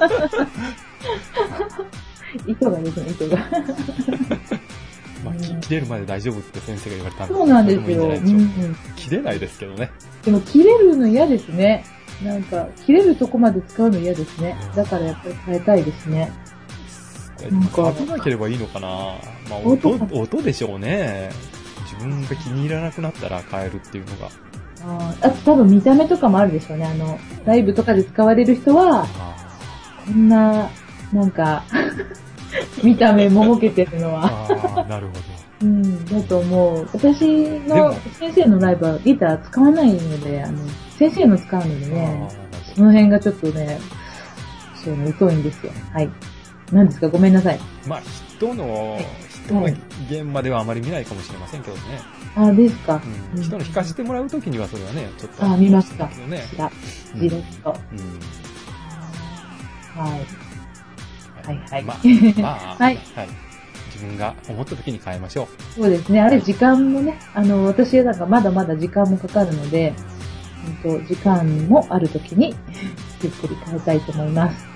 糸がですね、糸が。 まあ、切れるまで大丈夫って先生が言われたんで。 そうなんですよ。うん、 切れないですけどね。 でも切れるの嫌ですね。なんか、切れるとこまで使うの嫌ですね。だからやっぱり変えたいですね。 なんか。食べなければいいのかな。まあ、音、音でしょうね。自分が気に入らなくなったら変えるっていうのが。 ああ、あと多分見た目とかもあるでしょうね。あの、ライブとかで使われる人は、こんな、なんか、見た目ももけてるのは。 ああ、なるほど。 うん、だと思う。私の先生のライブはギター使わないので、あの、先生の使うのでね、その辺がちょっとね、そういうの疎いんですよ。はい。何ですか、ごめんなさい。 まあ、人の、はい、人の現場ではあまり見ないかもしれませんけどね。 あ、ですか。 うん、人の弾かせてもらうときにはそれはね、ちょっと。 あ、見ました。ね、 じろっと。うん。はい。はいはい。 まあ、まあ、はい。はい。自分が思った時に変えましょう。そうですね。あれ時間もね、あの、私はなんかまだまだ時間もかかるので、うん、と時間もある時にゆっくり変えたいと思います。はい。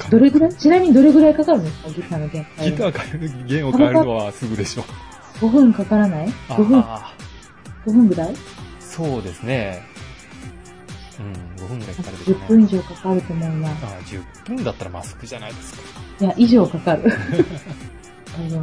どれぐらい、ちなみにどれぐらいかかるんですか、ギターの弦変えるの？ ギター変える、弦を変えるのはすぐでしょう。 ごふんかからない？ ご 分。ごふんぐらい？ そうですね。うん、ごふんぐらいかかるでしょうね。 じゅっぷん以上かかると思います。 ああ、じゅっぷんだったらマスクじゃないですか。 いや、以上かかる。あの、うん、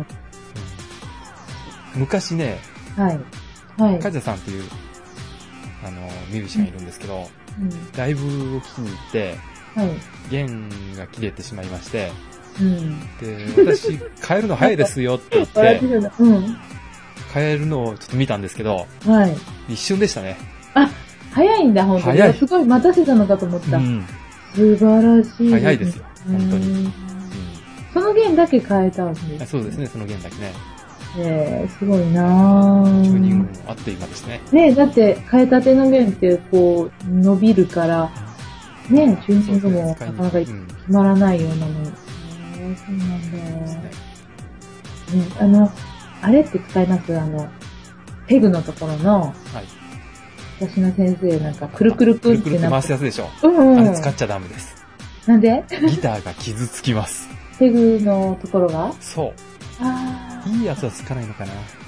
昔ね、 はい。はい。 カジャさんっていう、あの、ミュージシャンいるんですけど、うん、ライブを聴きに行って、はい。弦が切れてしまいまして、 うん。 で、私、変えるの早いですよって言って、 うん、 変えるのをちょっと見たんですけど、 はい。 一瞬でしたね。 あ、早いんだ、本当に。早い。すごい待たせたのかと思った。うん、素晴らしい。 早いですよ、本当に。うん、 その弦だけ変えたわけです、 ね。そうですね、その弦だけね。 えー、すごいなぁ。 チューニングもあって今ですね。 ね、だって変えたての弦ってこう伸びるから、ね、チューニングもなかなか決まらないようなの。えー、そうなんだ。ね、あの、あれって使いますあの、ペグのところの、はい、私の先生なんかくるくるくるってくるくるって回すやつでしょ。 うん、うん。 あれ使っちゃダメです。 なんで？ ギターが傷つきます。 ペグのところが？ そう。 あいいやつはつかないのかな。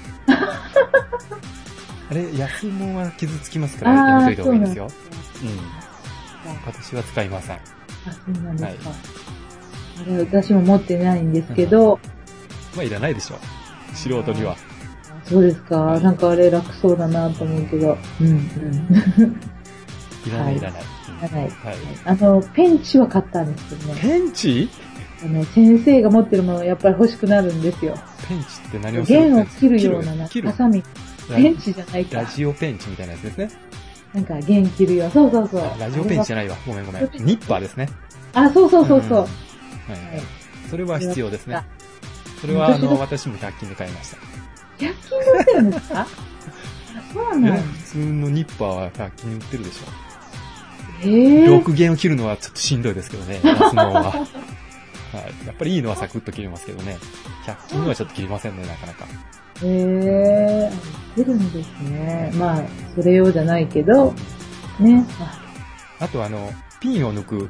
あれ、安物は傷つきますからやめといた方がいいですよ。うん。私は使いません。あ、 そうなんですか。はい、あれ、私も持ってないんですけど。うん、 まあ、いらないでしょ。素人には。 そうですか。はい、なんかあれ楽そうだなと思うけど。うんうん。 いらない、いらない。 いらない。はい。あの、ペンチは買ったんですけどね。 ペンチ？ あの、先生が持ってるものやっぱり欲しくなるんですよ。 ペンチって何をするんですか？ 弦を切るような、ハサミ。ペンチじゃないか。 ラジオペンチみたいなやつですね。 なんか弦切るよ。そうそうそう。 ラジオペンチじゃないわ。ごめんごめん。ニッパーですね。 あ、そうそうそうそう。うん、はい。 それは必要ですね。それはあの、私もひゃく均で買いました。 ひゃく均で売ってるんですか？そうなん。 普通のニッパーはひゃく均で売ってるでしょ。 へぇー。 ろく弦を切るのはちょっとしんどいですけどね。安物は。はい。やっぱりいいのはサクッと切れますけどね。ひゃく均のはちょっと切りませんね、なかなか。 へえー、出るんですね。まあ、それ用じゃないけど、ね。 あとあの、ピンを抜く。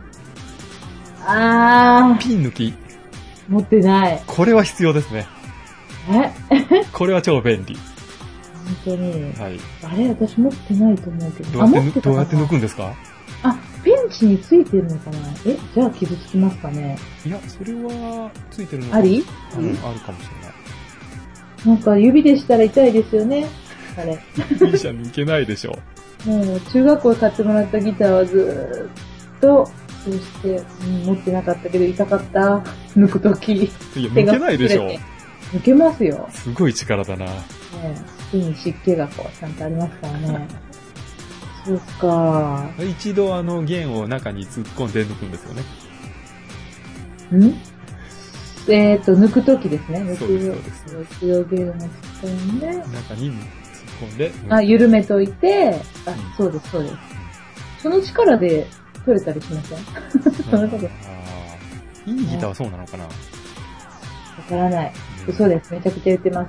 あー。 ピン抜き。 持ってない。 これは必要ですね。 えこれは超便利。 本当に。 はい。 あれ、私持ってないと思うけど。 どうやって、どうやって抜くんですか？ あ、ペンチについてるのかな？え、じゃあ傷つきますかね？ いや、それはついてるのかあり？ うん、あるかもしれない。 なんか指でしたら痛いですよね。あれ。 指じゃ抜けないでしょ。 もう中学校で買ってもらったギターはずーっと、そうして、うん、持ってなかったけど痛かった。抜くとき。いや、 抜けないでしょ。 抜けますよ。 すごい力だな。ねえ、手に湿気がこう、ちゃんとありますからね。そうか。 一度あの弦を中に突っ込んで抜くんですよね。 んえっ、ー、と、抜くときですね。抜くそうです、そうです。 一度弦を突っ込んで。 中に突っ込んで。 あ、緩めといて、あ、うん、そうです、そうです。その力で取れたりしません？そのこと。 いいギターはそうなのかな？わからない。嘘です。めちゃくちゃ言ってます。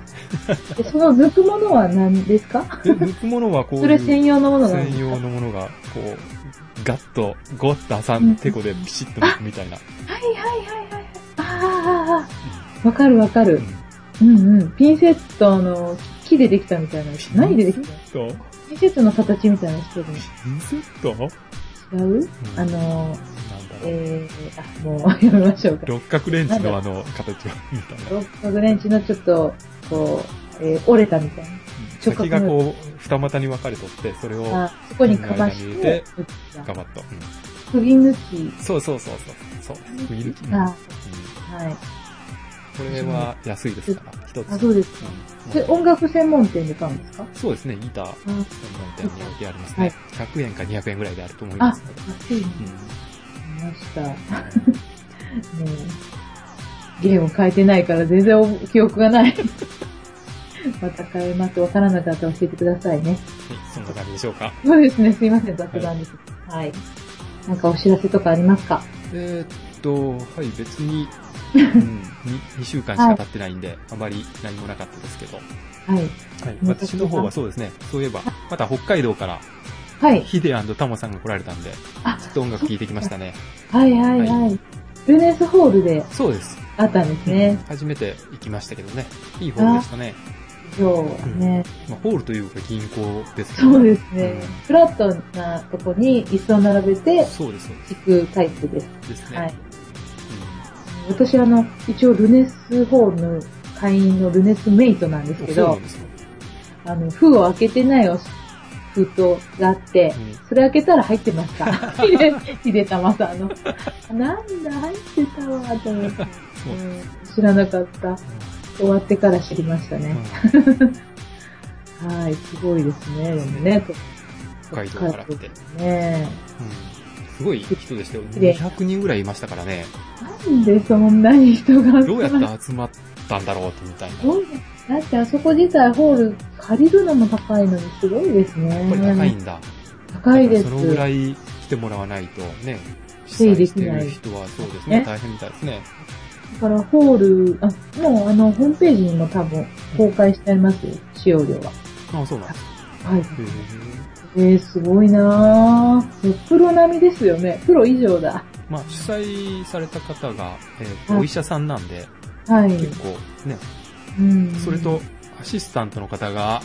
で、その抜くものは何ですか？ 抜くものはこういう。 それ専用のものが専用のものが、こう、ガッと、ゴッと挟んで、てこでピシッと抜くみたいな。 はいはいはいはい。ああ、わかるわかる。うん、うんうん。ピンセットの木でできたみたいな。何でできたの？ピンセットの形みたいなしてるの。 ピンセット？ 違う？うん、あの、えー、あ、もうやめましょうか。 六角レンチのあの形を見たな。 六角レンチのちょっと、こう、えー、折れたみたいな。 先がこう、二股に分かれとって、それを、 そこにかまして、 ガバッと。 釘抜き。 そうそうそうそう。そう。釘抜き。 はい。 これは安いですから、一つ。 あ、そうですか。それ音楽専門店で買うんですか？ そうですね、ギター専門店に置いてありますね。ひゃくえんかにひゃくえんぐらいであると思いますので。 あ、安いね。見ました。もう、ゲームを変えてないから全然記憶がない。また変えます。わからなかったら教えてくださいね。はい、 そんな感じでしょうか。 そうですね、すいません、雑談です。はい。はい。なんかお知らせとかありますか？ えー、っと、はい、別に、うん、に, にしゅうかんしか経ってないんで、はい、あまり何もなかったですけど。 はい。 はい、私の方はそうですね、そういえば、また北海道から、 はい。 ヒデ&タモさんが来られたんで、ちょっと音楽聴いてきましたね。 はいはいはい。はい、ルネスホールで。 そうです。 あったんですね、うん。 初めて行きましたけどね。いいホールでしたね。 そうね、 うん。まあ、ホールというか銀行ですね。そうですね。うん、フラットなとこに椅子を並べて、 そうです、そうです。 行くタイプです。 ですね。 はい。うん、私あの、一応ルネスホールの会員のルネスメイトなんですけど、そうなんですよ。あの、封を開けてないを封筒があって、うん、それ開けたら入ってました。ひで、ひでたまさんの。なんだ、入ってたわ、と思って、うん。知らなかった。終わってから知りましたね。うん、はい、すごいですね。でもね、 北海道から来て。ね、うん。すごい人でしたよ。にひゃくにんぐらいいましたからね。 なんでそんなに人がどうやって集まったんだろうみたいな。 だってあそこ自体ホール借りるのも高いのにすごいですね。 やっぱり高いんだ。 高いです。 そのぐらい来てもらわないとね、主催してる人はそうですね、大変みたいですね。 だからホール、あ、もうあの、ホームページにも多分公開してありますよ、使用料は。 ああ、そうなんですか。 はい。えー、すごいなぁ。プロ並みですよね。プロ以上だ。 まあ、主催された方が、えーと、お医者さんなんで、 はい、 結構ね、うん、それとアシスタントの方が、はい、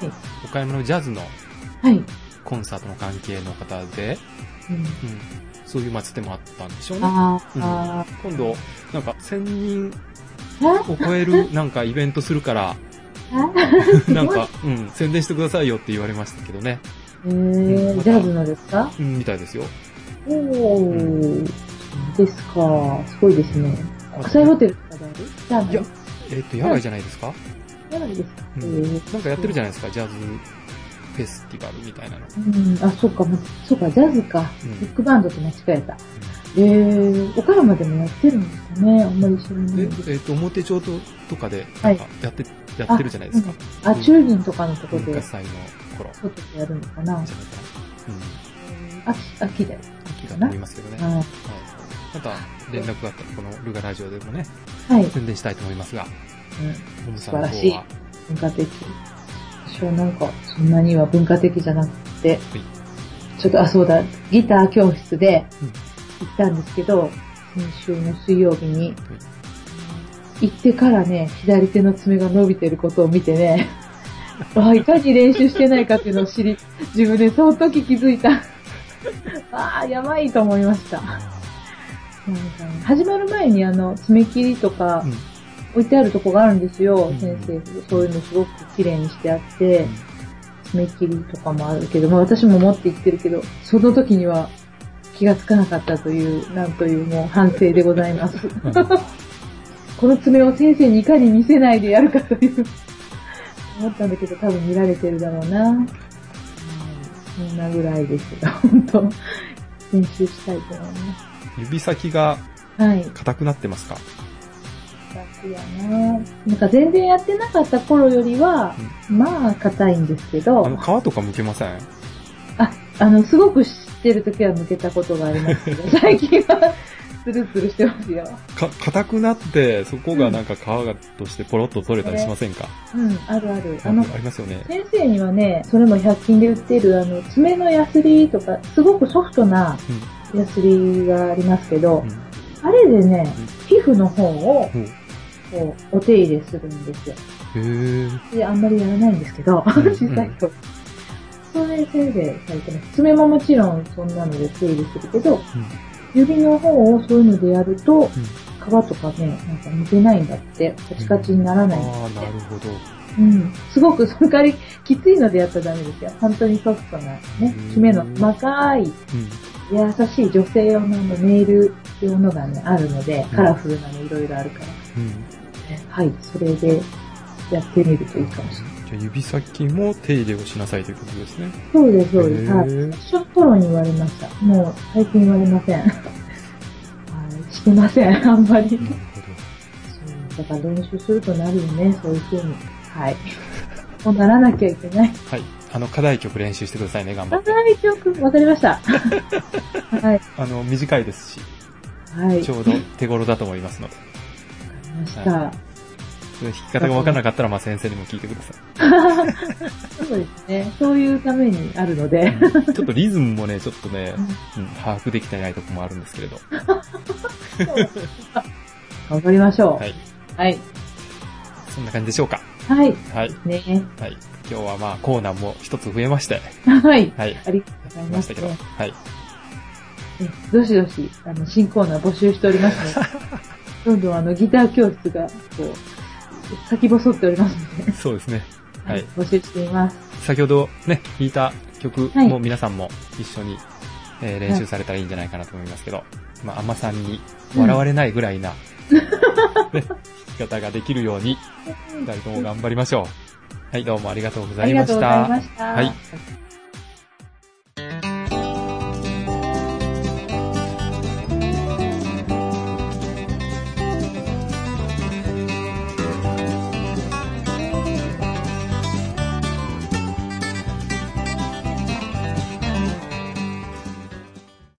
岡山のジャズのコンサートの関係の方で、うんうん、そういう祭ってもあったんでしょうね。あうん、あ今度、なんかせんにんを超えるなんかイベントするから、なんか、うん、宣伝してくださいよって言われましたけどね。 えー、ま、ジャズのですか？ うん、みたいですよ。 おー、うん、そうですか。すごいですね。国際ホテルとかである？じゃあ、 いや、えっ、ー、と、野外じゃないですか？ 野外ですか、 うん、えー、なんかやってるじゃないですか、ジャズフェスティバルみたいなの。 うん、あ、そうか、そうか、ジャズか。うん、ビッグバンドと間違えた。うん、えー、岡山でもやってるんですかね？あんまり知らない。えっ、 ー、と、表町とかで、なんかやって、はい、やってるじゃないですか。 あ、うん、あ、中銀とかのところで。 文化祭の頃。 外でやるのかな？じゃないかな。うん。秋、秋で。 秋だと思いますけどね。はい。また連絡があったらこのルガラジオでもね、はい、宣伝したいと思いますが、 うん、素晴らしい文化的。私はなんかそんなには文化的じゃなくて、はい、ちょっとあそうだギター教室で行ったんですけど、うん、先週の水曜日に、はい、行ってからね左手の爪が伸びてることを見てね、あいかに練習してないかっていうのを知り、自分でその時気づいた。ああやばいと思いました。なんかね、始まる前にあの爪切りとか置いてあるとこがあるんですよ、うん、先生。そういうのすごく綺麗にしてあって、うん、爪切りとかもあるけど、まあ私も持って行ってるけど、その時には気がつかなかったという、なんというもう反省でございます。この爪を先生にいかに見せないでやるかという思ったんだけど、多分見られてるだろうな。うん、そんなぐらいですよ。本当練習したいと思います。 指先が硬くなってますか？ 硬くやな。なんか全然やってなかった頃よりは、うん、まあ硬いんですけど。 あの皮とか剥けません？ あ、あのすごく知ってる時は剥けたことがありますけど、最近はツルツルしてますよ。 か硬くなってそこがなんか皮がとしてポロッと取れたりしませんか？ うん、あるある。 あのありますよね。 先生にはね、それもひゃく均で売っているあの爪のヤスリとかすごくソフトな。うんヤスリがありますけど、うん、あれでね、うん、皮膚の方を、うん、こう、お手入れするんですよ。 へー。 で、あんまりやらないんですけど、小さい頃。それ手入れされてます。爪ももちろんそんなので手入れするけど、うん、指の方をそういうのでやると、皮とかね、なんか抜けないんだって、カチカチにならないんだって。 ああ、なるほど。 うん。すごくその代わりきついのでやったらダメですよ。本当にソフトなね、キメの細かい、うん優しい女性用のネイル用のがね、あるので、カラフルなのいろいろあるから、うん。はい、それでやってみるといいかもしれない。 じゃあ指先も手入れをしなさいということですね。 そうです、そうです。はい。最初の頃に言われました。もう最近言われません。はい、してません、あんまり。なるほど。そう、だから練習するとなるよね、そういう風に。はい。こうならなきゃいけない。 はい。あの、課題曲練習してくださいね、頑張って。 課題曲、わかりました。はい。 あの、短いですし、はい。ちょうど手頃だと思いますので。わかりました。はい、 弾き方がわからなかったら、まあ先生にも聞いてください。 そうですね。そういうためにあるので。 ちょっとリズムもね、ちょっとね、うん、把握できてないとこもあるんですけれど。 頑張りましょう。 はい。 はい。 そんな感じでしょうか。 はい。 はい。 ね。 はい。今日はまあコーナーも一つ増えまして。 はい。 はい。 ありがとうございましたけど。 はい。 どしどし、あの、新コーナー募集しておりますので、どんどんあの、ギター教室が、こう、先細っておりますので。 そうですね。 はい。募集しています。 先ほどね、弾いた曲も皆さんも一緒に、えー、練習されたらいいんじゃないかなと思いますけど、はい、まあ、あんまさんに笑われないぐらいな、うんね、弾き方ができるように、二人とも頑張りましょう。はい、どうもありがとうございました。 ありがとうございました。はい。